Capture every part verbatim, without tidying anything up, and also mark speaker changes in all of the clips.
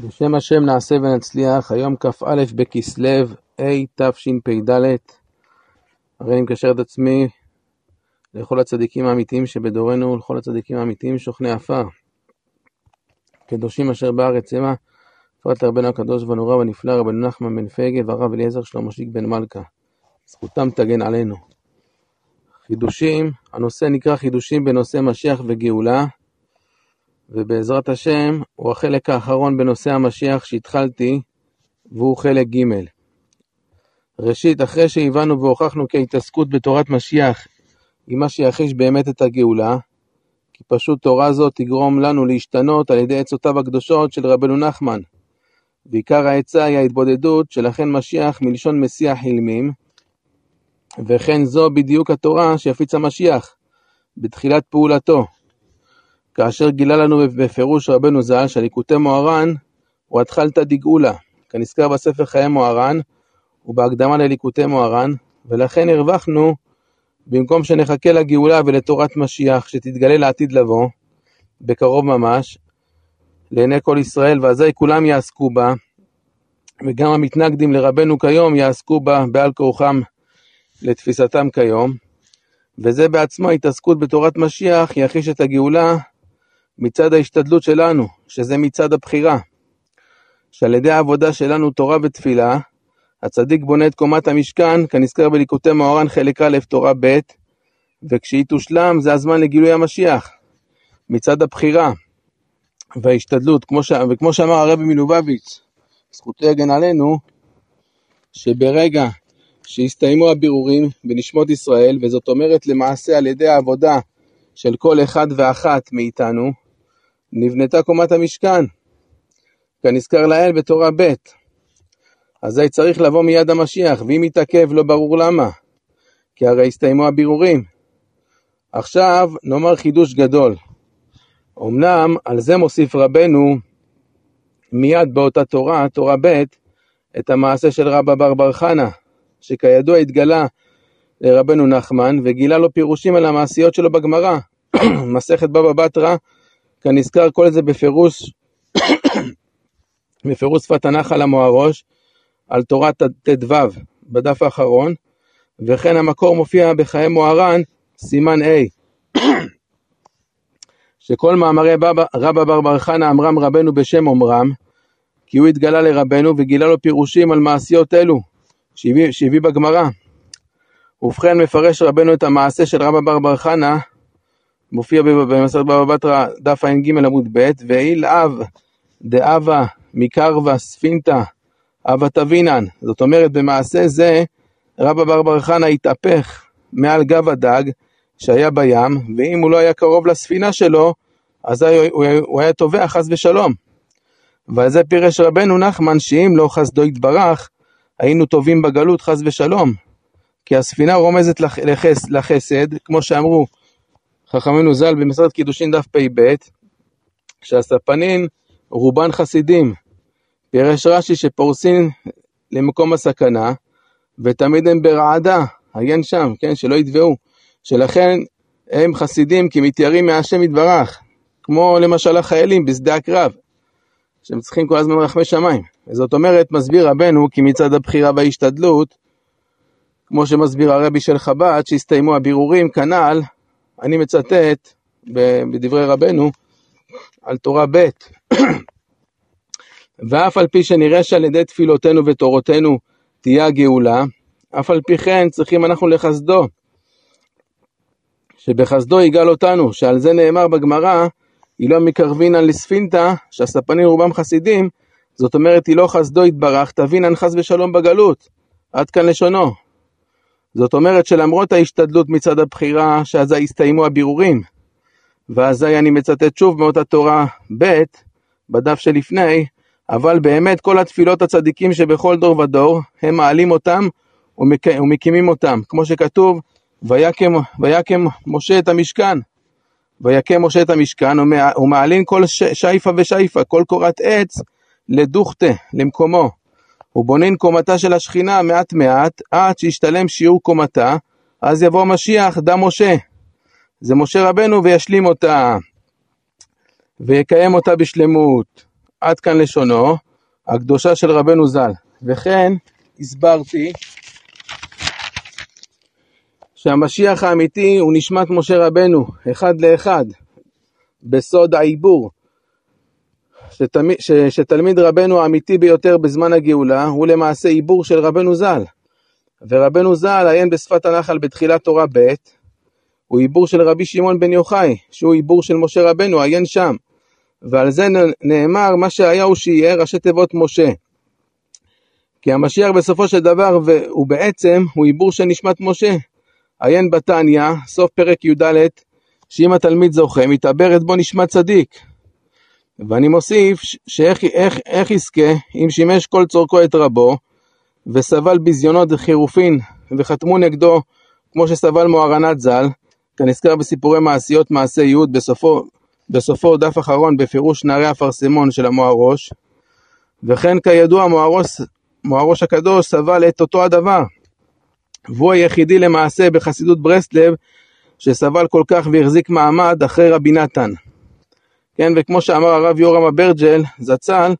Speaker 1: בשם השם נעשה ונצליח. היום כ"א בכסלו ה' תשפ"ד. הרי אני מקשר את עצמי לכל הצדיקים האמיתיים שבדורנו, לכל הצדיקים האמיתיים שוכני עפר, קדושים אשר בארץ המה, בפרט לרבנו הקדוש והנורא והנפלא רבנו נחמן בן פגה והרב אליעזר שלמה שיק בן מלכה, זכותם תגן עלינו. חידושים, הנושא נקרא חידושים בנושא משיח וגאולה, ובעזרת השם הוא החלק האחרון בנושא המשיח שהתחלתי, והוא חלק ג'. ראשית, אחרי שהבנו והוכחנו כי ההתעסקות בתורת משיח היא מה שיחיש באמת את הגאולה, כי פשוט תורה זאת תגרום לנו להשתנות על ידי עצותיו הקדושות של רבנו נחמן, ועיקר העצה היא ההתבודדות, שלכן משיח מלשון מסיח חילמים, וכן זו בדיוק התורה שיפיץ המשיח בתחילת פעולתו, כאשר גילה לנו בפירוש רבנו ז"ל שהליקוטי מוהר"ן הוא התחלתא דגאולה, כנזכר בספר חיי מוהר"ן ובהקדמה לליקוטי מוהר"ן, ולכן הרווחנו במקום שנחכה לגאולה ולתורת משיח שתתגלה לעתיד לבוא בקרוב ממש לעיני כל ישראל, ואזי כולם יעסקו בה, וגם המתנגדים לרבנו כיום יעסקו בה בעל כורחם לתפיסתם כיום, וזה בעצמו התעסקות בתורת משיח יחיש את הגאולה מצד ההשתדלות שלנו, שזה מצד הבחירה, שעל ידי העבודה שלנו תורה ותפילה, הצדיק בונה את קומת המשכן, כנזכר בליקוטי מוהר"ן חלק א' תורה ב', וכשהיא תושלם זה הזמן לגילוי המשיח, מצד הבחירה וההשתדלות, כמו ש... וכמו שאמר הרבי מלובביץ', זכותו יגן עלינו, שברגע שהסתיימו הבירורים בנשמות ישראל, וזאת אומרת למעשה על ידי העבודה של כל אחד ואחת מאיתנו, נבנתה קומת המשכן, כנזכר לאל בתורה ב'. אזי צריך לבוא מיד המשיח, ואם יתעכב לא ברור למה, כי הרי הסתיימו הבירורים. עכשיו נאמר חידוש גדול. אמנם על זה מוסיף רבנו מיד באותה תורה, תורה ב', את המעשה של רבא בר בר חנה, שכידוע התגלה לרבנו נחמן, וגילה לו פירושים על המעשיות שלו בגמרא, מסכת בבא בתרא, כנזכר כל זה בפירוש, בפירוש שפת הנחל המוהרוש, על תורת תדו בדף האחרון, וכן המקור מופיע בחיי מוהר"ן, סימן A, שכל מאמרי רבא בר בר חנה אמרם רבנו בשם אומרם, כי הוא התגלה לרבנו וגילה לו פירושים על מעשיות אלו, שהביא, שהביא בגמרא. ובכן מפרש רבנו את המעשה של רבא בר בר חנה, מופיע במסכת בבא בתרא דף ע"ג עמוד ב', ואיל אב דאבה מקרבה ספינתא אבה תבינן. זאת אומרת במעשה זה רבא בר בר חנה התהפך מעל גב הדג שהיה בים, ואם הוא לא היה קרוב לספינה שלו אז הוא, הוא היה טובע חס ושלום. ועל זה פירש רבנו נחמן שאם לא חסדו יתברך היינו טובים בגלות חס ושלום, כי הספינה רומזת לחס, לחסד, כמו שאמרו חכמינו ז"ל במסכת קידושין דף פ"ב, שהספנים רובן חסידים. פירש רש"י שפורסים למקום הסכנה, ותמיד הם ברעדה, עיין שם, כן, שלא ידבעו, שלכן הם חסידים כי מתיירים מהשם יתברך, כמו למשל החיילים בשדה הקרב, שהם צריכים כל הזמן רחמי שמיים. וזאת אומרת, מסביר רבנו כי מצד הבחירה וההשתדלות, כמו שמסביר הרבי של חב"ד, שהסתיימו הבירורים כנ"ל, אני מצטט בדברי רבנו על תורה ב', ואף על פי שנראה שעל ידי תפילותינו ותורותינו תהיה הגאולה, אף על פי כן צריכים אנחנו לחסדו, שבחסדו יגאל אותנו, שעל זה נאמר בגמרא, היא לא מקרבינן לספינתא, שהספנים רובם חסידים, זאת אומרת היא לא חסדו יתברך, תבינן חס ושלום בגלות, עד כאן לשונו. זאת אומרת שלמרות ההשתדלות מצד הבחירה, שאזי הסתיימו הבירורים, ואזי אני מצטט שוב מאותה תורה ב' בדף שלפני, אבל באמת כל התפילות הצדיקים שבכל דור ודור, הם מעלים אותם ומק... ומקימים אותם, כמו שכתוב, ויקם, ויקם משה את המשכן, ויקם משה את המשכן, ומעלים כל ש... שייפה ושייפה, כל קורת עץ לדוכתה, למקומו, ובונן קומתה של השכינה מעט מעט, עד שישתלם שיעור קומתה, אז יבוא משיח, דם משה, זה משה רבנו וישלים אותה, ויקיים אותה בשלמות. עד כאן לשונו הקדושה של רבנו ז"ל. וכן הסברתי שהמשיח האמיתי הוא נשמת משה רבנו, אחד לאחד, בסוד העיבור, שתמיד, ש, שתלמיד רבנו האמיתי ביותר בזמן הגאולה, הוא למעשה עיבור של רבנו ז"ל. ורבנו ז"ל, עיין בשפת הנחל בתחילת תורה ב', הוא עיבור של רבי שמעון בן יוחאי, שהוא עיבור של משה רבנו, עיין שם. ועל זה נאמר, מה שהיה הוא שיהיה, ראשי תיבות משה. כי המשיח בסופו של דבר, הוא בעצם, הוא עיבור של נשמת משה. עיין בתניא, סוף פרק י"ד, שאם התלמיד זוכה, מתעברת בו נשמת צדיק. ואני מוסיף, שאיך איך, איך יזכה, אם שימש כל צורכו את רבו, וסבל בזיונות חירופין, וחתמו נגדו, כמו שסבל מוהר"ן ז"ל, כנזכר בסיפורי מעשיות מעשה י' בסופו, בסופו דף אחרון בפירוש נערי הפרסמון של המוהרוש. וכן כידוע מוהרוש, מוהרוש הקדוש סבל את אותו הדבר, והוא היחידי למעשה בחסידות ברסלב שסבל כל כך והחזיק מעמד אחרי רבי נתן. כן, וכמו שאמר הרב יורם אברג'ל זצ"ל,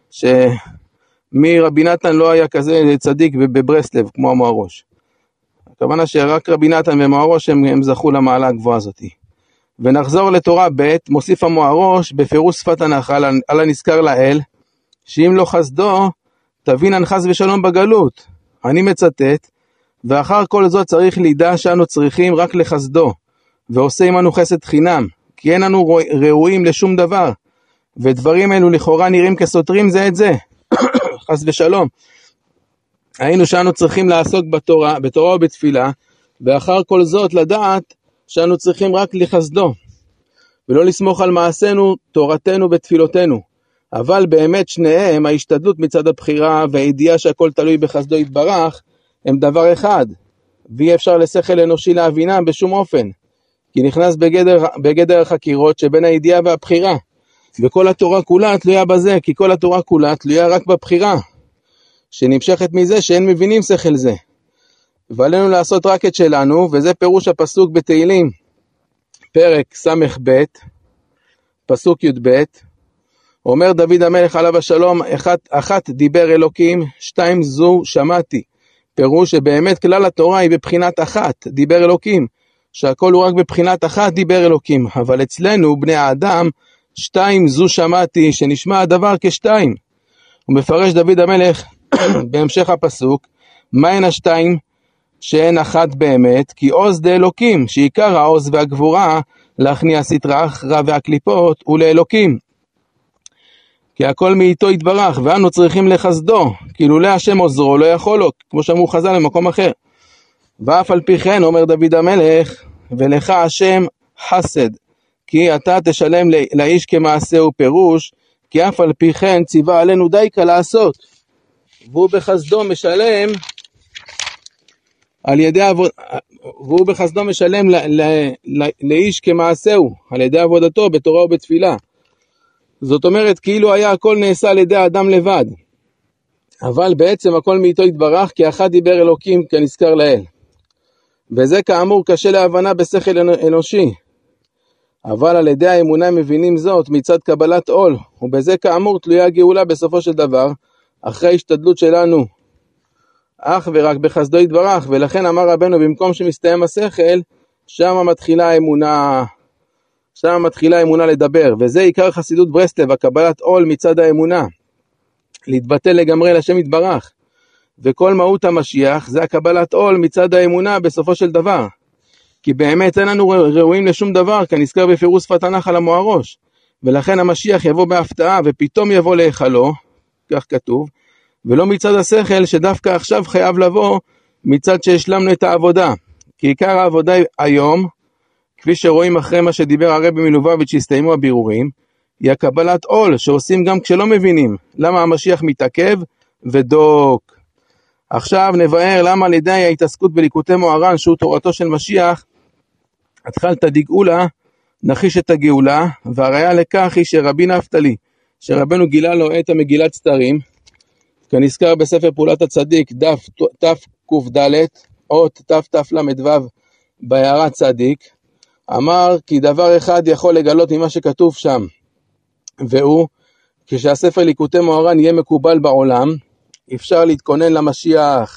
Speaker 1: שמרבי נתן לא היה כזה צדיק בברסלב כמו המוהרוש. הכוונה שרק רבי נתן ומוהרוש הם, הם זכו למעלה הגבוהה הזאת. ונחזור לתורה ב', מוסיף המוהרוש בפירוש שפת הנחל על, על הנזכר לאל, שאם לא חסדו תבין הנחס ושלום בגלות. אני מצטט, ואחר כל זאת צריך לידע שאנו צריכים רק לחסדו, ועושה עמנו חסד חינם, כי אין לנו ראויים לשום דבר, ודברים אלו לכאורה נראים כסותרים זה את זה, חס ושלום. היינו שאנו צריכים לעסוק בתורה, בתורה ובתפילה, ואחר כל זאת לדעת שאנו צריכים רק לחסדו, ולא לסמוך על מעשינו, תורתנו ותפילותינו. אבל באמת שניהם, ההשתדלות מצד הבחירה והידיעה שהכל תלוי בחסדו יתברך, הם דבר אחד, ואי אפשר לשכל אנושי להבינם בשום אופן, כי נכנס בגדר, בגדר החקירות שבין הידיעה והבחירה, וכל התורה כולה תלויה בזה, כי כל התורה כולה תלויה רק בבחירה, שנמשכת מזה שאין מבינים שכל זה. ועלינו לעשות רק את שלנו, וזה פירוש הפסוק בתהילים, פרק סמך ב', פסוק י' ב', אומר דוד המלך עליו השלום, אחת, אחת דיבר אלוקים, שתיים זו שמעתי. פירוש שבאמת כלל התורה היא בבחינת אחת, דיבר אלוקים, שהכל הוא רק בבחינת אחת דיבר אלוקים, אבל אצלנו בני האדם, שתיים זו שמעתי, שנשמע הדבר כשתיים. הוא מפרש דוד המלך בהמשך הפסוק, מהן השתיים שאין אחת באמת, כי עוז דה אלוקים, שעיקר העוז והגבורה להכניע סטרא אחרא והקליפות הוא לאלוקים. כי הכל מאיתו יתברך, ואנו צריכים לחסדו, כי לולא השם עוזרו לא יכול לו, כמו שאמרו חז"ל במקום אחר. ואף על פי כן אומר דוד המלך, ולך השם חסד, כי אתה תשלם לאיש כמעשהו, פירוש, כי אף על פי כן ציווה עלינו דייקה לעשות, והוא בחסדו משלם על ידי עבוד... והוא בחסדו משלם ל... ל... ל... לאיש כמעשהו, על ידי עבודתו בתורה ובתפילה. זאת אומרת, כאילו היה הכל נעשה על ידי האדם לבד. אבל בעצם הכל מאיתו יתברך, כי אחד דיבר אלוקים כנזכר לאל. וזה כאמור קשה להבנה בשכל אנושי. אבל על ידי האמונה מבינים זאת מצד קבלת עול, ובזה כאמור תלויה הגאולה בסופו של דבר, אחרי השתדלות שלנו, אך ורק בחסדו יתברך, ולכן אמר רבנו, במקום שמסתיים השכל, שם מתחילה האמונה, שם מתחילה האמונה לדבר, וזה עיקר חסידות ברסלב, הקבלת עול מצד האמונה, להתבטל לגמרי לשם יתברך, וכל מהות המשיח זה הקבלת עול מצד האמונה בסופו של דבר, כי באמת אין לנו ראויים לשום דבר, כנזכר בפירוש שפת הנחל המוהרוש, ולכן המשיח יבוא בהפתעה, ופתאום יבוא להיכלו, כך כתוב, ולא מצד השכל שדווקא עכשיו חייב לבוא מצד שהשלמנו את העבודה, כי עיקר העבודה היום, כפי שרואים אחרי מה שדיבר הרבי מלובביץ' שהסתיימו הבירורים, היא הקבלת עול שעושים גם כשלא מבינים למה המשיח מתעכב ודוק. עכשיו נבהר למה על ידי ההתעסקות בליקוטי מוהר"ן שהוא תורתו של משיח, התחלת דגאולה, נחיש את הגאולה, והראיה לכך היא שרבי נפתלי, שרבנו גילה לו את המגילת סתרים, כנזכר בספר פעולת הצדיק, דף תק"ד, אות תתל"ו בהערת צדיק, אמר כי דבר אחד יכול לגלות ממה שכתוב שם, והוא כשהספר ליקוטי מוהר"ן יהיה מקובל בעולם, אפשר להתכונן למשיח.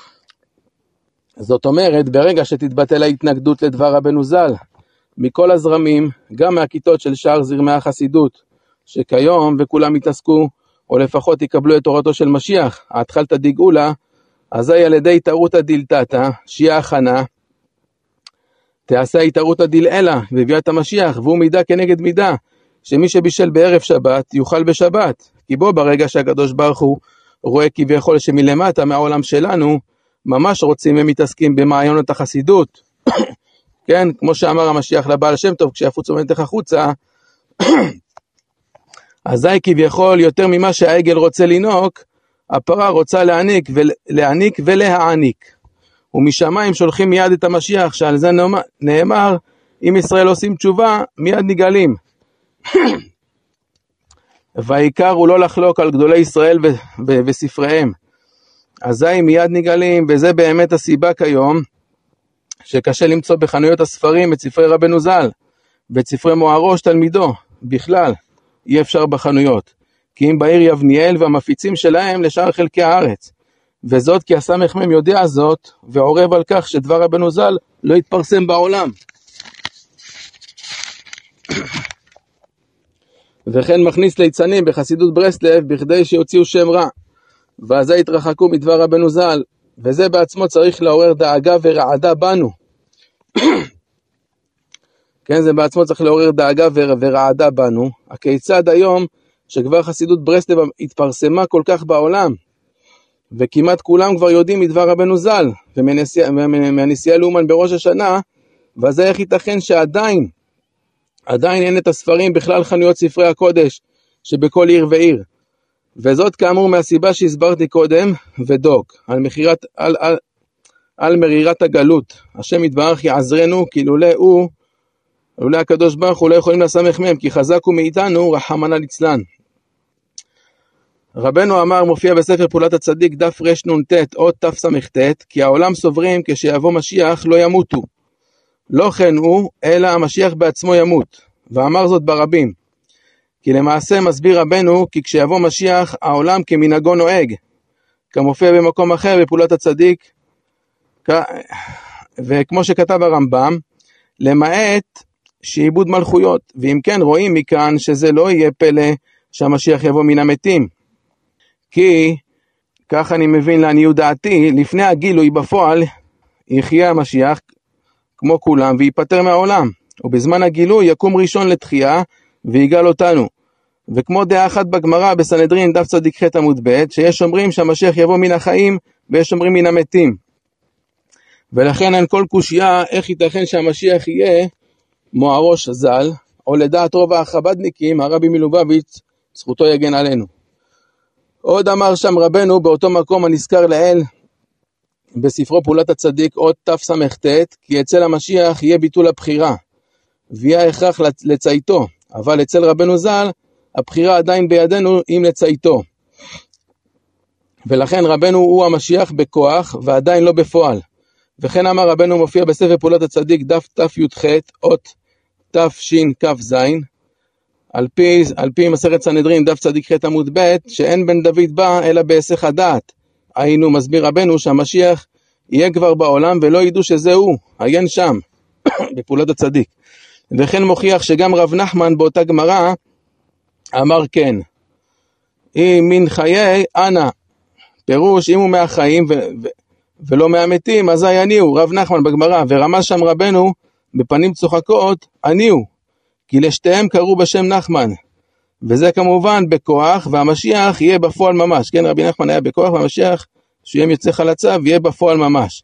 Speaker 1: זאת אומרת, ברגע שתתבטל ההתנגדות לדבר רבנו ז"ל, מכל הזרמים, גם מהכיתות של שאר זרמי החסידות, שכיום וכולם יתעסקו, או לפחות יקבלו את תורתו של משיח, התחלת דגאולה, אזי על ידי התערותא דילתתא, שהיא ההכנה, תעשה התערותא דילעילא, והביאה את המשיח, והוא מידה כנגד מידה, שמי שבישל בערב שבת, יוכל בשבת. כי בו ברגע שהקדוש ברוך הוא רואה כביכול שמלמטה מהעולם שלנו, ממש רוצים ומתעסקים במעיינות החסידות, כן, כמו שאמר המשיח לבעל שם טוב, כשיפוצו מנתך החוצה, אזי כביכול יותר ממה שהעגל רוצה לנוק, הפרה רוצה להעניק, ולהעניק ולהעניק. ומשמיים שולחים מיד את המשיח, שעל זה נאמר, אם ישראל עושים תשובה, מיד נגלים. והעיקר הוא לא לחלוק על גדולי ישראל ו- ו- וספריהם. אזי מיד נגלים, וזה באמת הסיבה כיום, שקשה למצוא בחנויות הספרים את ספרי רבנו ז"ל, ואת ספרי מוהרוש תלמידו, בכלל, אי אפשר בחנויות. כי אם בעיר יבניאל והמפיצים שלהם לשאר חלקי הארץ. וזאת כי הסמ"ם יודע זאת, ועורב על כך שדבר רבנו ז"ל לא יתפרסם בעולם. וכן מכניס ליצנים בחסידות ברסלב בכדי שיוציאו שם רע, ואז יתרחקו מדבר רבנו ז"ל, וזה בעצמו צריך לעורר דאגה ורעדה בנו. כן, זה בעצמו צריך לעורר דאגה ורעדה בנו. הכיצד היום שכבר חסידות ברסלב התפרסמה כל כך בעולם, וכמעט כולם כבר יודעים מדבר רבנו ז"ל, ומהנשיאה לאומן בראש השנה, ואז איך ייתכן שעדיין, עדיין אין את הספרים בכלל חנויות ספרי הקודש, שבכל עיר ועיר. וזאת כאמור מהסיבה שהסברתי קודם, ודוק, על, מחירת, על, על, על מרירת הגלות. השם יתברך יעזרנו, כי לולא הוא, לולא הקדוש ברוך הוא לא יכולים לסמך מהם, כי חזק הוא מאיתנו, רחמנא ליצלן. רבנו אמר, מופיע בספר פעולת הצדיק, דף רנ"ט, עוד תס"ט, כי העולם סוברים כשיבוא משיח לא ימותו. לא כן הוא, אלא המשיח בעצמו ימות. ואמר זאת ברבים. כי למעשה מסביר רבנו, כי כשיבוא משיח, העולם כמנהגו נוהג. כמופיע במקום אחר בפעולת הצדיק, וכמו שכתב הרמב"ם, למעט שעיבוד מלכויות. ואם כן רואים מכאן שזה לא יהיה פלא שהמשיח יבוא מן המתים. כי, כך אני מבין לעניות דעתי, לפני הגילוי בפועל, יחיה המשיח כמו כולם ויפטר מהעולם. ובזמן הגילוי יקום ראשון לתחייה ויגאל אותנו. וכמו דעה אחת בגמרא בסנהדרין דף צדיק ח' עמוד ב', שיש אומרים שהמשיח יבוא מן החיים ויש אומרים מן המתים. ולכן אין כל קושיה איך ייתכן שהמשיח יהיה מוהרוש ז"ל, או לדעת רוב החב"דניקים, הרבי מלובביץ', זכותו יגן עלינו. עוד אמר שם רבנו באותו מקום הנזכר לאל בספרו פעולת הצדיק עוד תס"ט, כי אצל המשיח יהיה ביטול הבחירה ויהיה הכרח לצייתו, אבל אצל רבנו ז"ל הבחירה עדיין בידינו אם לצייתו, ולכן רבנו הוא המשיח בכוח ועדיין לא בפועל. וכן אמר רבנו מופיע בספר פעולת הצדיק דף תי"ח אות תשכ"ז, על פי, על פי מסכת סנהדרין דף צדיק ח' עמוד ב', שאין בן דוד בא אלא בהיסח הדעת. היינו מסביר רבנו שהמשיח יהיה כבר בעולם ולא ידעו שזה הוא, עיין שם בפעולת הצדיק. וכן מוכיח שגם רב נחמן באותה גמרא אמר כן, אם מן חיי אנא, פירוש אם הוא מהחיים ו- ו- ולא מהמתים אזי אני הוא, רב נחמן בגמרא, ורמז שם רבנו בפנים צוחקות אני הוא, כי לשתיהם קראו בשם נחמן, וזה כמובן בכוח, והמשיח יהיה בפועל ממש. כן, רבי נחמן היה בכוח, והמשיח שיהיה יוצא חלצה ויהיה בפועל ממש.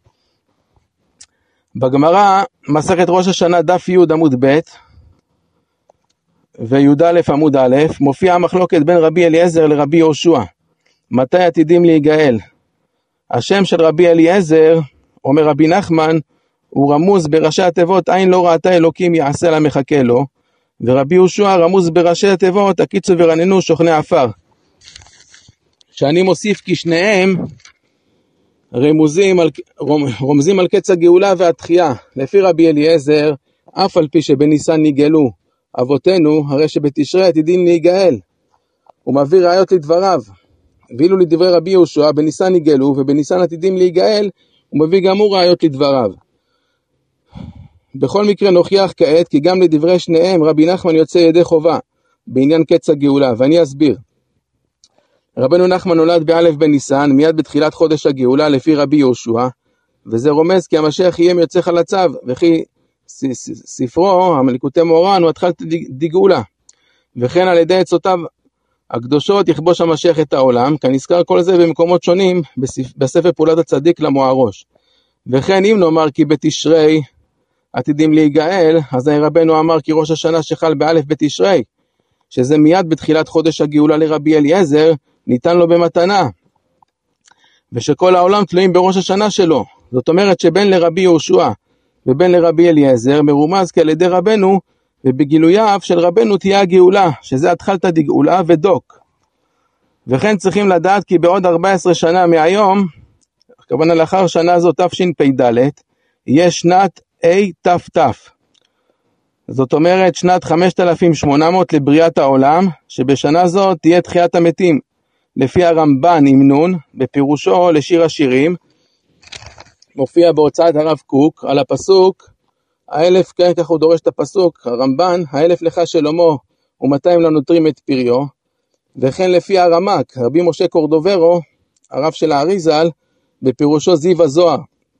Speaker 1: בגמרא מסכת ראש השנה דף י' עמוד ב' וי"א עמוד א', מופיע המחלוקת בין רבי אליעזר לרבי יהושע, מתי עתידים להיגאל. השם של רבי אליעזר, אומר רבי נחמן, הוא רמוז בראשי התיבות עין לא ראתה אלוקים יעשה לה מחכה לו, ורבי יהושע רמוז בראשי התיבות הקיצו ורננו שוכני עפר. שאני מוסיף כי שניהם רמוזים על, רומזים על קץ הגאולה והתחייה. לפי רבי אליעזר, אף על פי שבניסן נגאלו אבותינו, הרי שבתשרי עתידים להיגאל. הוא מביא ראיות לדבריו. ואילו לדברי רבי יהושע, בניסן יגאלו ובניסן עתידים להיגאל, הוא מביא גם הוא ראיות לדבריו. בכל מקרה נוכיח כעת, כי גם לדברי שניהם רבי נחמן יוצא ידי חובה, בעניין קץ הגאולה, ואני אסביר. רבנו נחמן נולד באלף בניסן, מיד בתחילת חודש הגאולה לפי רבי יהושע, וזה רומז כי המשיח יהיה מיוצא חלציו, וכי ספרו, המליקוטי מורן, הוא התחלת דגאולה. וכן על ידי עצותיו הקדושות יכבוש המשיח את העולם, כנזכר כל זה במקומות שונים בספר פעולת הצדיק למוערוש. וכן אם נאמר כי בתשרי עתידים להיגאל, אז רבנו אמר כי ראש השנה שחל באלף בתשרי, שזה מיד בתחילת חודש הגאולה לרבי אליעזר, ניתן לו במתנה, ושכל העולם תלויים בראש השנה שלו. זאת אומרת שבין לרבי יהושע ובין לרבי אליעזר מרומז כי על ידי רבנו, ובגילוייו של רבנו תהיה הגאולה, שזה התחלת דגאולה ודוק. וכן צריכים לדעת כי בעוד ארבע עשרה שנה מהיום, הכוונה לאחר שנה זו תשפ"ד, יהיה שנת A ת"ת. זאת אומרת שנת חמשת אלפים ושמונה מאות לבריאת העולם, שבשנה זו תהיה תחיית המתים, לפי הרמב"ן עם נון, בפירושו לשיר השירים, מופיע בהוצאת הרב קוק, על הפסוק, האלף, כן, כך הוא דורש את הפסוק, הרמב"ן, האלף לך שלמה, ומאתיים לנוטרים את פריו, וכן לפי הרמק, רבי משה קורדוברו, הרב של האריזל, בפירושו זיו הזוהר.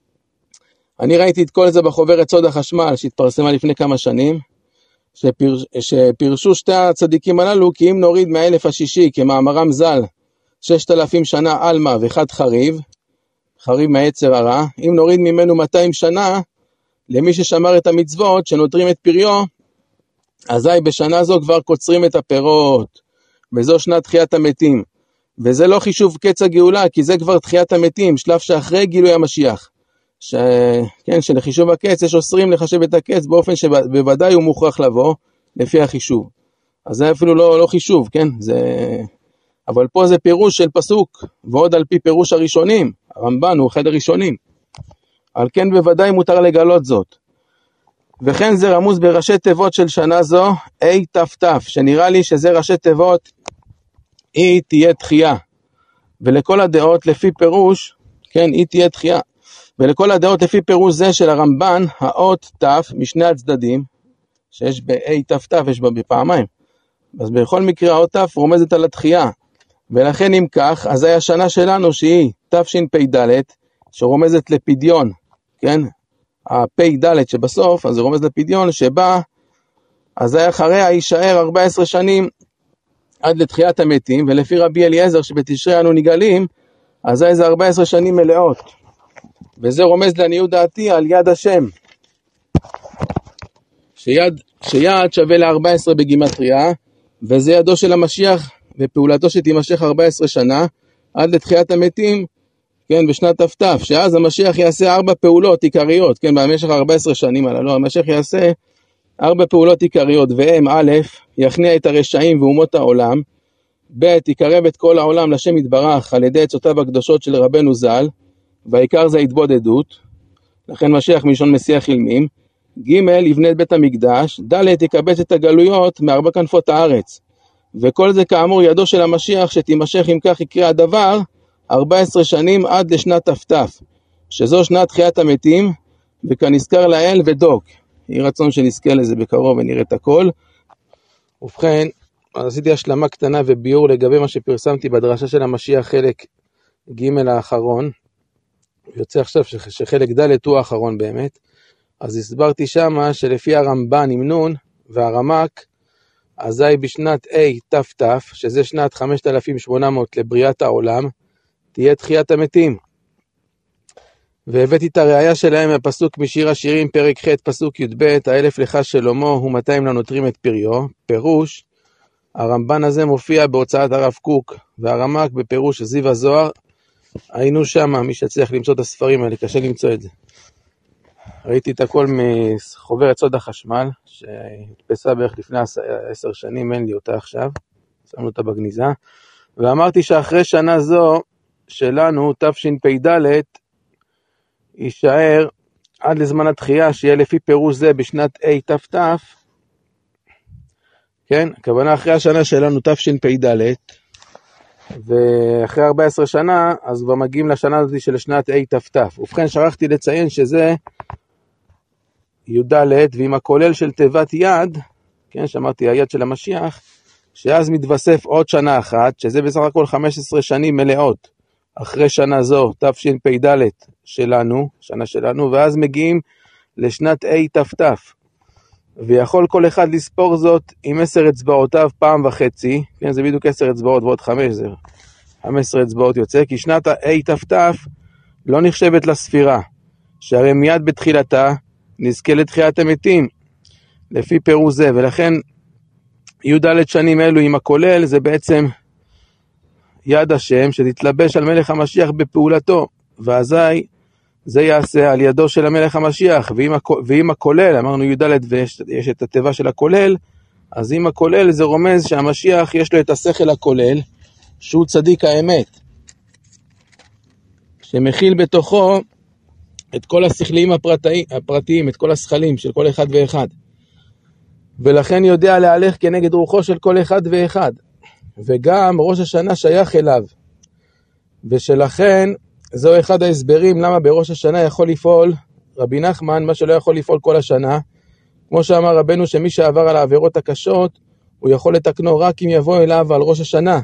Speaker 1: אני ראיתי את כל זה בחוברת סוד החשמל, שהתפרסמה לפני כמה שנים, שפיר, שפירשו שתי הצדיקים הללו, כי אם נוריד מהאלף השישי, כמאמרם ז"ל, ששת אלפים שנה אלמה וחד חריב, חריב מהיצר הרע, אם נוריד ממנו מאתיים שנה, למי ששמר את המצוות, שנותרים את פריו, אזי בשנה זו כבר קוצרים את הפירות, וזו שנת תחיית המתים. וזה לא חישוב קץ הגאולה, כי זה כבר תחיית המתים, שלב שאחרי גילוי המשיח. ש... כן, שלחישוב הקץ יש אוסרים לחשב את הקץ, באופן שבוודאי הוא מוכרח לבוא, לפי החישוב. אז זה אפילו לא, לא חישוב, כן? זה... אבל פה זה פירוש של פסוק, ועוד על פי פירוש הראשונים, הרמב"ן הוא אחד הראשונים. על כן בוודאי מותר לגלות זאת. וכן זה רמוז בראשי תיבות של שנה זו, A ת"ת, שנראה לי שזה ראשי תיבות, היא תהיה תחייה. ולכל הדעות לפי פירוש, כן, היא תהיה תחייה. ולכל הדעות לפי פירוש זה של הרמב"ן, האות ת' משני הצדדים, שיש ב-A ת"ת, יש בה בפעמיים. אז בכל מקרה האות ת' רומזת על התחייה. ולכן אם כך, אז היה השנה שלנו שהיא תשפ"ד, שרומזת לפדיון, כן? הפ"ד שבסוף, אז זה רומז לפדיון, שבה, אז היה אחריה יישאר ארבע עשרה שנים עד לתחיית המתים, ולפי רבי אליעזר שבתשרי אנו נגאלים, אז היה איזה ארבע עשרה שנים מלאות. וזה רומז לעניות דעתי על יד השם. שיד, שיד שווה ל-ארבע עשרה בגימטריה, וזה ידו של המשיח, ופעולתו שתימשך ארבע עשרה שנה, עד לתחיית המתים, כן, בשנת ת"ת, שאז המשיח יעשה ארבע פעולות עיקריות, כן, במשך ארבע עשרה שנים הללו, המשיח יעשה ארבע פעולות עיקריות, והם א', יכניע את הרשעים ואומות העולם, ב', יקרב את כל העולם לשם יתברך על ידי עצותיו הקדושות של רבנו ז"ל, והעיקר זה התבודדות, לכן משיח מלשון משיח אילמים, ג', יבנה את בית המקדש, ד', יקבץ את הגלויות מארבע כנפות הארץ, וכל זה כאמור ידו של המשיח שתימשך אם כך יקרה הדבר, ארבע עשרה שנים עד לשנת ת"ת, שזו שנת תחיית המתים, וכנזכר לאל ודוק. יהי רצון שנזכה לזה בקרוב ונראה את הכל. ובכן, עשיתי השלמה קטנה וביור לגבי מה שפרסמתי בדרשה של המשיח חלק ג' האחרון, יוצא עכשיו שחלק ד' הוא האחרון באמת, אז הסברתי שמה שלפי הרמב"ן עם נון והרמק, אזי בשנת A ת"ת, שזה שנת חמשת אלפים ושמונה מאות לבריאת העולם, תהיה תחיית המתים. והבאתי את הראייה שלהם מהפסוק משיר השירים, פרק ח' פסוק י"ב, האלף לך שלמה ומאתיים לנוטרים את פריו. פירוש, הרמב"ן הזה מופיע בהוצאת הרב קוק, והרמק בפירוש זיו הזוהר. היינו שם, מי שצריך למצוא את הספרים האלה, קשה למצוא את זה. ראיתי את הכל מחוברת סוד החשמל, שהתפסה בערך לפני עשר שנים, אין לי אותה עכשיו, שמנו אותה בגניזה, ואמרתי שאחרי שנה זו שלנו, תשפ"ד, יישאר עד לזמן התחייה, שיהיה לפי פירוש זה בשנת A ת"ת, כן, הכוונה אחרי השנה שלנו תשפ"ד, ואחרי ארבע עשרה שנה, אז כבר מגיעים לשנה הזאת של שנת תש"ת. ובכן, שכחתי לציין שזה י"ד, ועם הכולל של תיבת יד, כן, שאמרתי היד של המשיח, שאז מתווסף עוד שנה אחת, שזה בסך הכל חמש עשרה שנים מלאות, אחרי שנה זו, תשפ"ד שלנו, שנה שלנו, ואז מגיעים לשנת תש"ת. ויכול כל אחד לספור זאת עם עשר אצבעותיו פעם וחצי, כן, זה בדיוק עשר אצבעות ועוד חמש, זה חמש עשרה אצבעות יוצא, כי שנת תש"ת לא נחשבת לספירה, שהרי מיד בתחילתה נזכה לתחיית המתים, לפי פירוש זה, ולכן י"ד שנים אלו עם הכולל, זה בעצם יד השם שתתלבש על מלך המשיח בפעולתו, ואזי זה יעשה על ידו של המלך המשיח, ועם הכולל, אמרנו י"ד ויש את התיבה של הכולל, אז עם הכולל זה רומז שהמשיח יש לו את השכל הכולל, שהוא צדיק האמת, שמכיל בתוכו את כל השכלים הפרטיים, הפרטיים, את כל השכלים של כל אחד ואחד, ולכן יודע להלך כנגד רוחו של כל אחד ואחד, וגם ראש השנה שייך אליו, ושלכן זהו אחד ההסברים למה בראש השנה יכול לפעול רבי נחמן מה שלא יכול לפעול כל השנה, כמו שאמר רבנו שמי שעבר על העבירות הקשות הוא יכול לתקנו רק אם יבוא אליו על ראש השנה,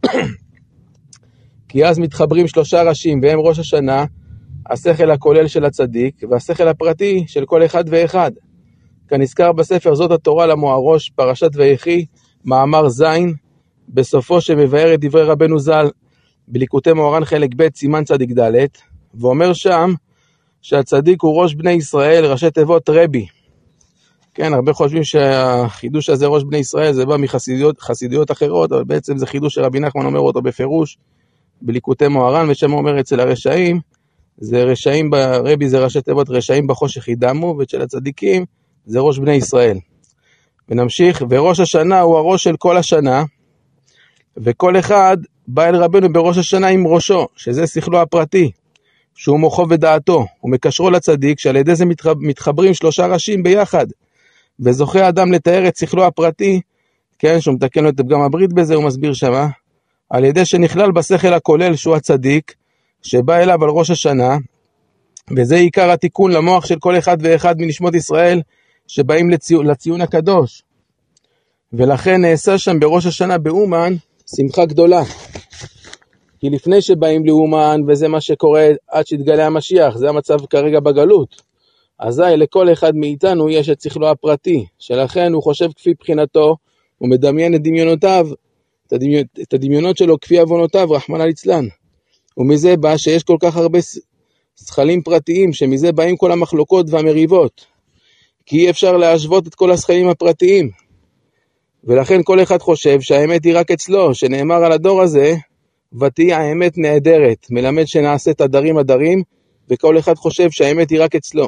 Speaker 1: כי אז מתחברים שלושה ראשים, והם ראש השנה, השכל הכולל של הצדיק והשכל הפרטי של כל אחד ואחד, כנזכר בספר זאת התורה למוערוש פרשת ויחי מאמר זין, בסופו שמבאר את דברי רבנו ז"ל בליקוטי מוהר"ן חלק ב' סימן צדיק ד', ואומר שם שהצדיק הוא ראש בני ישראל, ראשי תיבות רבי. כן, הרבה חושבים שהחידוש הזה ראש בני ישראל זה בא מחסידויות חסידויות אחרות, אבל בעצם זה חידוש שרבי נחמן אומר אותו בפירוש בליקוטי מוהר"ן, ושם אומר אצל הרשעים זה רשעים ברבי, זה ראשי תיבות רשעים בחושך ידמו, ואצל הצדיקים זה ראש בני ישראל. ונמשיך, וראש השנה הוא הראש של כל השנה, וכל אחד בא אל רבנו בראש השנה עם ראשו, שזה שכלו הפרטי, שהוא מוחו ודעתו, ומקשרו לצדיק, שעל ידי זה מתחברים שלושה ראשים ביחד, וזוכה האדם לתאר את שכלו הפרטי, כן, שהוא מתקן לו את פגם הברית בזה, הוא מסביר שמה, על ידי שנכלל בשכל הכולל שהוא הצדיק, שבא אליו על ראש השנה, וזה עיקר התיקון למוח של כל אחד ואחד מנשמות ישראל, שבאים לציון, לציון הקדוש. ולכן נעשה שם בראש השנה באומן שמחה גדולה. כי לפני שבאים לאומן, וזה מה שקורה עד שיתגלה המשיח, זה המצב כרגע בגלות, אזי לכל אחד מאיתנו יש את שכלו הפרטי, שלכן הוא חושב כפי בחינתו, הוא מדמיין את דמיונותיו, את, הדמיונ... את הדמיונות שלו כפי עוונותיו, רחמנא ליצלן. ומזה בא שיש כל כך הרבה שכלים פרטיים, שמזה באים כל המחלוקות והמריבות, כי אי אפשר להשוות את כל השכלים הפרטיים, ולכן כל אחד חושב שהאמת היא רק אצלו, שנאמר על הדור הזה, ותהי האמת נהדרת, מלמד שנעשה תדרים הדרים, וכל אחד חושב שהאמת היא רק אצלו.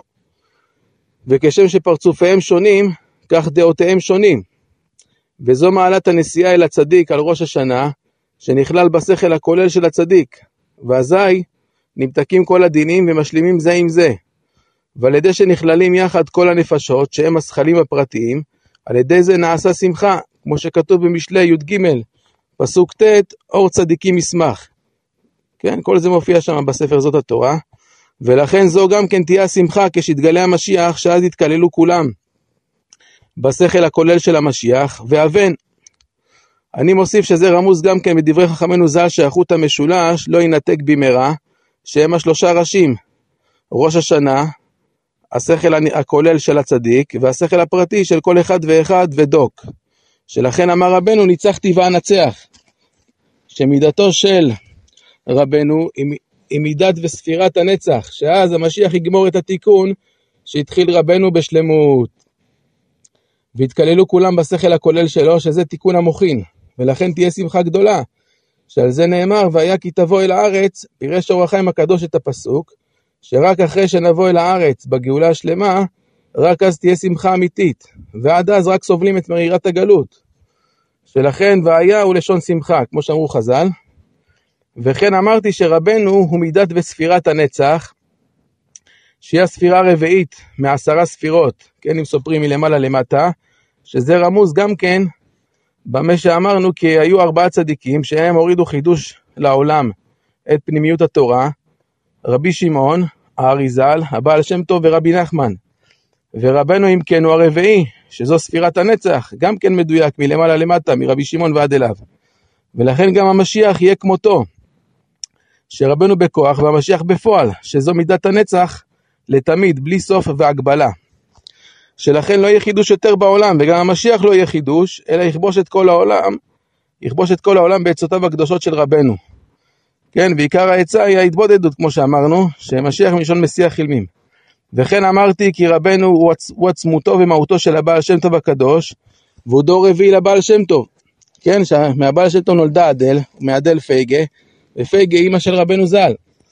Speaker 1: וכשם שפרצופיהם שונים, כך דעותיהם שונים. וזו מעלת הנסיעה אל הצדיק על ראש השנה, שנכלל בשכל הכולל של הצדיק, ואזי נמתקים כל הדינים ומשלימים זה עם זה. ועל ידי שנכללים יחד כל הנפשות, שהם השכלים הפרטיים, על ידי זה נעשה שמחה, כמו שכתוב במשלי י"ג, פסוק ט', אור צדיקים ישמח. כן, כל זה מופיע שם בספר זאת התורה, ולכן זו גם כן תהיה השמחה כשתגלה המשיח, שאז יתכללו כולם בשכל הכולל של המשיח, ואבן. אני מוסיף שזה רמוז גם כן בדברי חכמנו ז"ל, שהחוט המשולש לא ינתק במהרה, שהם השלושה ראשים, ראש השנה, השכל הכולל של הצדיק, והשכל הפרטי של כל אחד ואחד ודוק. שלכן אמר רבנו, ניצחתי ואנצח. שמידתו של רבנו היא מידת וספירת הנצח, שאז המשיח יגמור את התיקון שהתחיל רבנו בשלמות. והתכללו כולם בשכל הכולל שלו, שזה תיקון המוחין. ולכן תהיה שמחה גדולה, שעל זה נאמר, והיה כי תבוא אל הארץ, פירש אור החיים הקדוש את הפסוק, שרק אחרי שנבוא אל הארץ בגאולה השלמה, רק אז תהיה שמחה אמיתית, ועד אז רק סובלים את מרירת הגלות. שלכן והיה הוא לשון שמחה, כמו שאמרו חז"ל. וכן אמרתי שרבנו הוא מידת וספירת הנצח, שהיא הספירה הרביעית מעשרה ספירות, כן, אם סופרים מלמעלה למטה, שזה רמוז גם כן במה שאמרנו כי היו ארבעה צדיקים שהם הורידו חידוש לעולם את פנימיות התורה, רבי שמעון, האריזל, הבעל שם טוב ורבי נחמן. ורבנו אם כן הוא הרביעי, שזו ספירת הנצח, גם כן מדויק מלמעלה למטה, מרבי שמעון ועד אליו. ולכן גם המשיח יהיה כמותו, שרבנו בכוח והמשיח בפועל, שזו מידת הנצח לתמיד, בלי סוף והגבלה. שלכן לא יהיה חידוש יותר בעולם, וגם המשיח לא יהיה חידוש, אלא יכבוש את כל העולם, יכבוש את כל העולם בעצותיו הקדושות של רבנו. כן, ועיקר העצה היא ההתבודדות, כמו שאמרנו, שמשיח מלשון מסיח חילמים. וכן אמרתי כי רבנו הוא, עצ... הוא עצמותו ומהותו של הבעל שם טוב הקדוש, והוא דור רביעי לבעל שם טוב. כן, מהבעל שם טוב נולדה אדל, ומאדל פייגה, ופייגה אימא של רבנו ז"ל.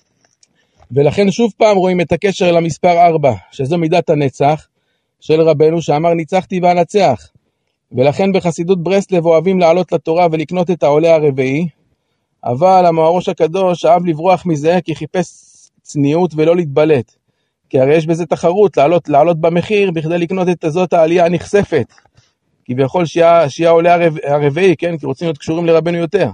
Speaker 1: ולכן שוב פעם רואים את הקשר למספר ארבע, שזו מידת הנצח של רבנו, שאמר ניצחתי ואנצח. ולכן בחסידות ברסלב אוהבים לעלות לתורה ולקנות את העולה הרביעי, אבל המאורוש הקדוש אהב לברוח מזה כי חיפש צניעות ולא להתבלט. כי הרי יש בזה תחרות, לעלות, לעלות במחיר בכדי לקנות את זאת העלייה הנחשפת. כי ביכול שיהיה, שיהיה עולה הרב, הרביעי, כן? כי רוצים להיות קשורים לרבנו יותר.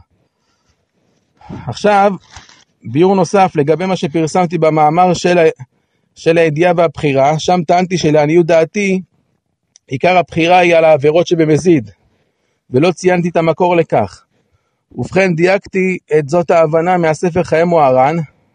Speaker 1: עכשיו, ביור נוסף לגבי מה שפרסמתי במאמר של, של הידיעה והבחירה, שם טענתי שלעניות דעתי, עיקר הבחירה היא על העבירות שבמזיד, ולא ציינתי את המקור לכך. ובכן דייקתי את זאת ההבנה מהספר חיי מוהר"ן,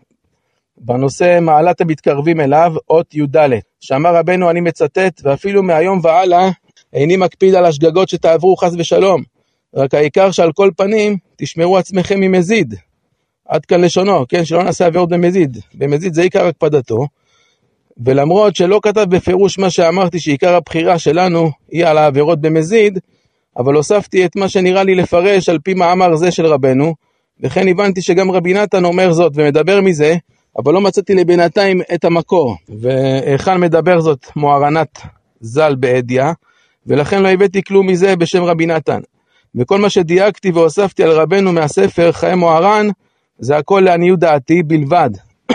Speaker 1: בנושא מעלת המתקרבים אליו, אות י"ד, שאמר רבנו, אני מצטט, ואפילו מהיום והלאה, איני מקפיד על השגגות שתעברו חס ושלום, רק העיקר שעל כל פנים, תשמרו עצמכם ממזיד. עד כאן לשונו, כן, שלא נעשה עבירות במזיד. במזיד זה עיקר הקפדתו, ולמרות שלא כתב בפירוש מה שאמרתי שעיקר הבחירה שלנו היא על העבירות במזיד, אבל הוספתי את מה שנראה לי לפרש על פי מאמר זה של רבנו, וכן הבנתי שגם רבי נתן אומר זאת ומדבר מזה, אבל לא מצאתי לבינתיים את המקור, והיכן מדבר זאת מוהר"נת ז"ל בעדיה, ולכן לא הבאתי כלום מזה בשם רבי נתן. וכל מה שדייקתי והוספתי על רבנו מהספר חיי מוהר"ן, זה הכל לעניות דעתי בלבד.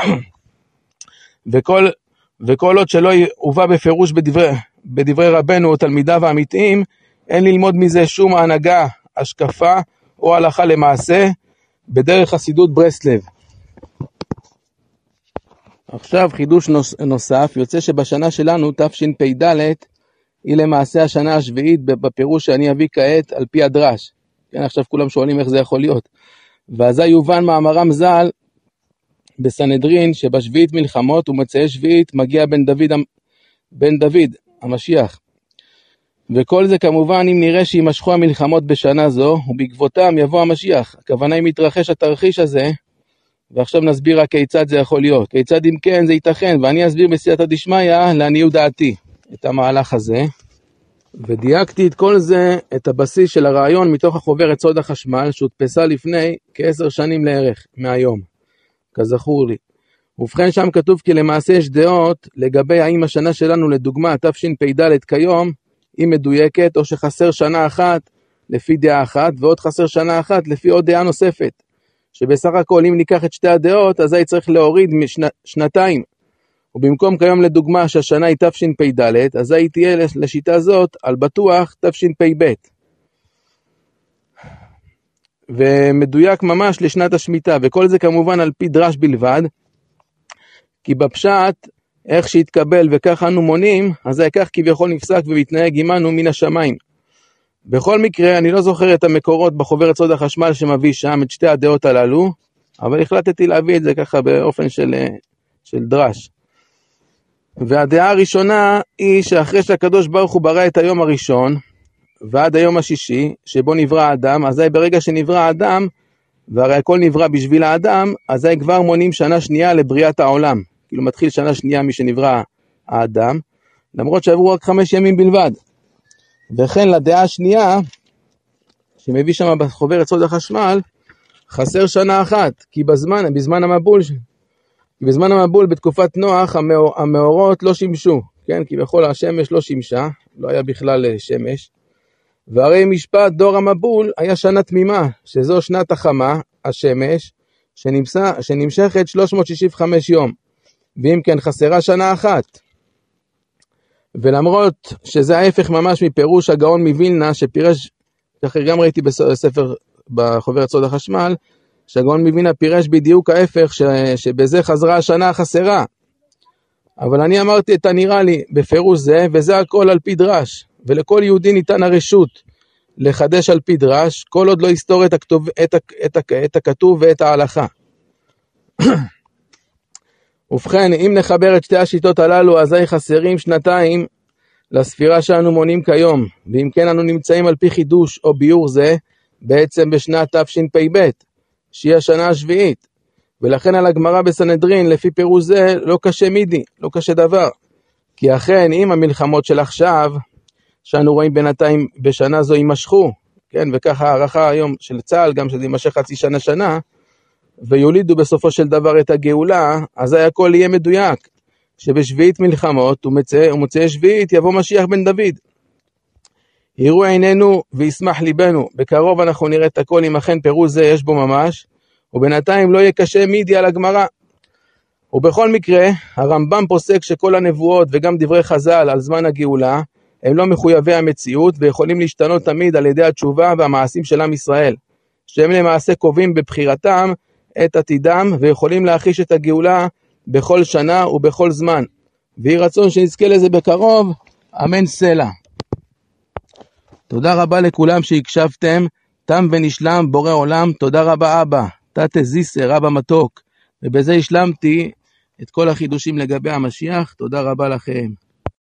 Speaker 1: וכל, וכל עוד שלא הובא בפירוש בדברי, בדברי רבנו או תלמידיו האמיתיים, אין ללמוד מזה שום הנהגה, השקפה או הלכה למעשה, בדרך חסידות ברסלב. עכשיו חידוש נוס, נוסף, יוצא שבשנה שלנו תשפ"ד היא למעשה השנה השביעית בפירוש שאני אביא כעת על פי הדרש. כן, עכשיו כולם שואלים איך זה יכול להיות. ואזי יובן מאמרם ז"ל בסנהדרין שבשביעית מלחמות ומצאי שביעית מגיע בן דוד, בן דוד המשיח. וכל זה כמובן אם נראה שימשכו המלחמות בשנה זו ובעקבותם יבוא המשיח. הכוונה אם יתרחש התרחיש הזה, ועכשיו נסביר רק כיצד זה יכול להיות. כיצד אם כן זה ייתכן, ואני אסביר בסייעתא דשמיא לעניות דעתי את המהלך הזה. ודייקתי את כל זה, את הבסיס של הרעיון מתוך החוברת סוד החשמל, שהודפסה לפני כעשר שנים לערך מהיום, כזכור לי. ובכן שם כתוב כי למעשה יש דעות לגבי האם השנה שלנו לדוגמה תשפ"ד כיום היא מדויקת, או שחסר שנה אחת לפי דעה אחת, ועוד חסר שנה אחת לפי עוד דעה נוספת. שבסך הכל אם ניקח את שתי הדעות, אז היא צריך להוריד משנתיים. ובמקום כיום לדוגמה שהשנה היא תשפ"ד, אז היא תהיה לשיטה זאת על בטוח תשפ"ב. ומדויק ממש לשנת השמיטה, וכל זה כמובן על פי דרש בלבד, כי בפשט, איך שהתקבל וכך אנו מונים, אז כך כביכול נפסק ומתנהג עמנו מן השמיים. בכל מקרה, אני לא זוכר את המקורות בחוברת סוד החשמל שמביא שם את שתי הדעות הללו, אבל החלטתי להביא את זה ככה באופן של, של דרש. והדעה הראשונה היא שאחרי שהקדוש ברוך הוא ברא את היום הראשון, ועד היום השישי, שבו נברא האדם, אזי ברגע שנברא האדם, והרי הכל נברא בשביל האדם, אזי כבר מונים שנה שנייה לבריאת העולם. כאילו מתחיל שנה שנייה משנברא האדם, למרות שעברו רק חמש ימים בלבד. וכן לדעה השנייה, שמביא שם בחוברת סוד החשמל, חסר שנה אחת, כי בזמן, בזמן המבול, בזמן המבול בתקופת נוח, המאורות לא שימשו, כן? כי בכל השמש לא שימשה, לא היה בכלל שמש, והרי משפט דור המבול היה שנה תמימה, שזו שנת החמה, השמש, שנמסה, שנמשכת שלוש מאות שישים וחמישה יום, ואם כן חסרה שנה אחת. ולמרות שזה ההפך ממש מפירוש הגאון מווילנה, שפירש ככה גם ראיתי בספר, בחוברת סוד החשמל, שהגאון מווילנה פירש בדיוק ההפך, ש, שבזה חזרה השנה החסרה. אבל אני אמרתי את הנראה לי בפירוש זה, וזה הכל על פי דרש, ולכל יהודי ניתן הרשות לחדש על פי דרש, כל עוד לא יסתור את, הכתוב, את, את, את, את הכתוב ואת ההלכה. ובכן, אם נחבר את שתי השיטות הללו, אזי חסרים שנתיים לספירה שאנו מונים כיום, ואם כן אנו נמצאים על פי חידוש או ביור זה, בעצם בשנת תשפ"ב, שהיא השנה השביעית, ולכן על הגמרא בסנהדרין, לפי פירוש זה, לא קשה מידי, לא קשה דבר, כי אכן אם המלחמות של עכשיו, שאנו רואים בינתיים בשנה זו יימשכו, כן, וככה הערכה היום של צה"ל, גם שזה יימשך חצי שנה שנה, ויולידו בסופו של דבר את הגאולה, אז הכל יהיה מדויק, שבשביעית מלחמות ומוצאי שביעית יבוא משיח בן דוד. יראו עינינו וישמח ליבנו, בקרוב אנחנו נראה את הכל, אם אכן פירוש זה יש בו ממש, ובינתיים לא יהיה קשה מידי על הגמרא. ובכל מקרה, הרמב"ם פוסק שכל הנבואות וגם דברי חז"ל על זמן הגאולה, הם לא מחויבי המציאות ויכולים להשתנות תמיד על ידי התשובה והמעשים של עם ישראל, שהם למעשה קובעים בבחירתם את עתידם ויכולים להחיש את הגאולה בכל שנה ובכל זמן. ויהי רצון שנזכה לזה בקרוב, אמן סלע. תודה רבה לכולם שהקשבתם, תם ונשלם בורא עולם, תודה רבה אבא, תתה זיסר אבא מתוק, ובזה השלמתי את כל החידושים לגבי המשיח, תודה רבה לכם.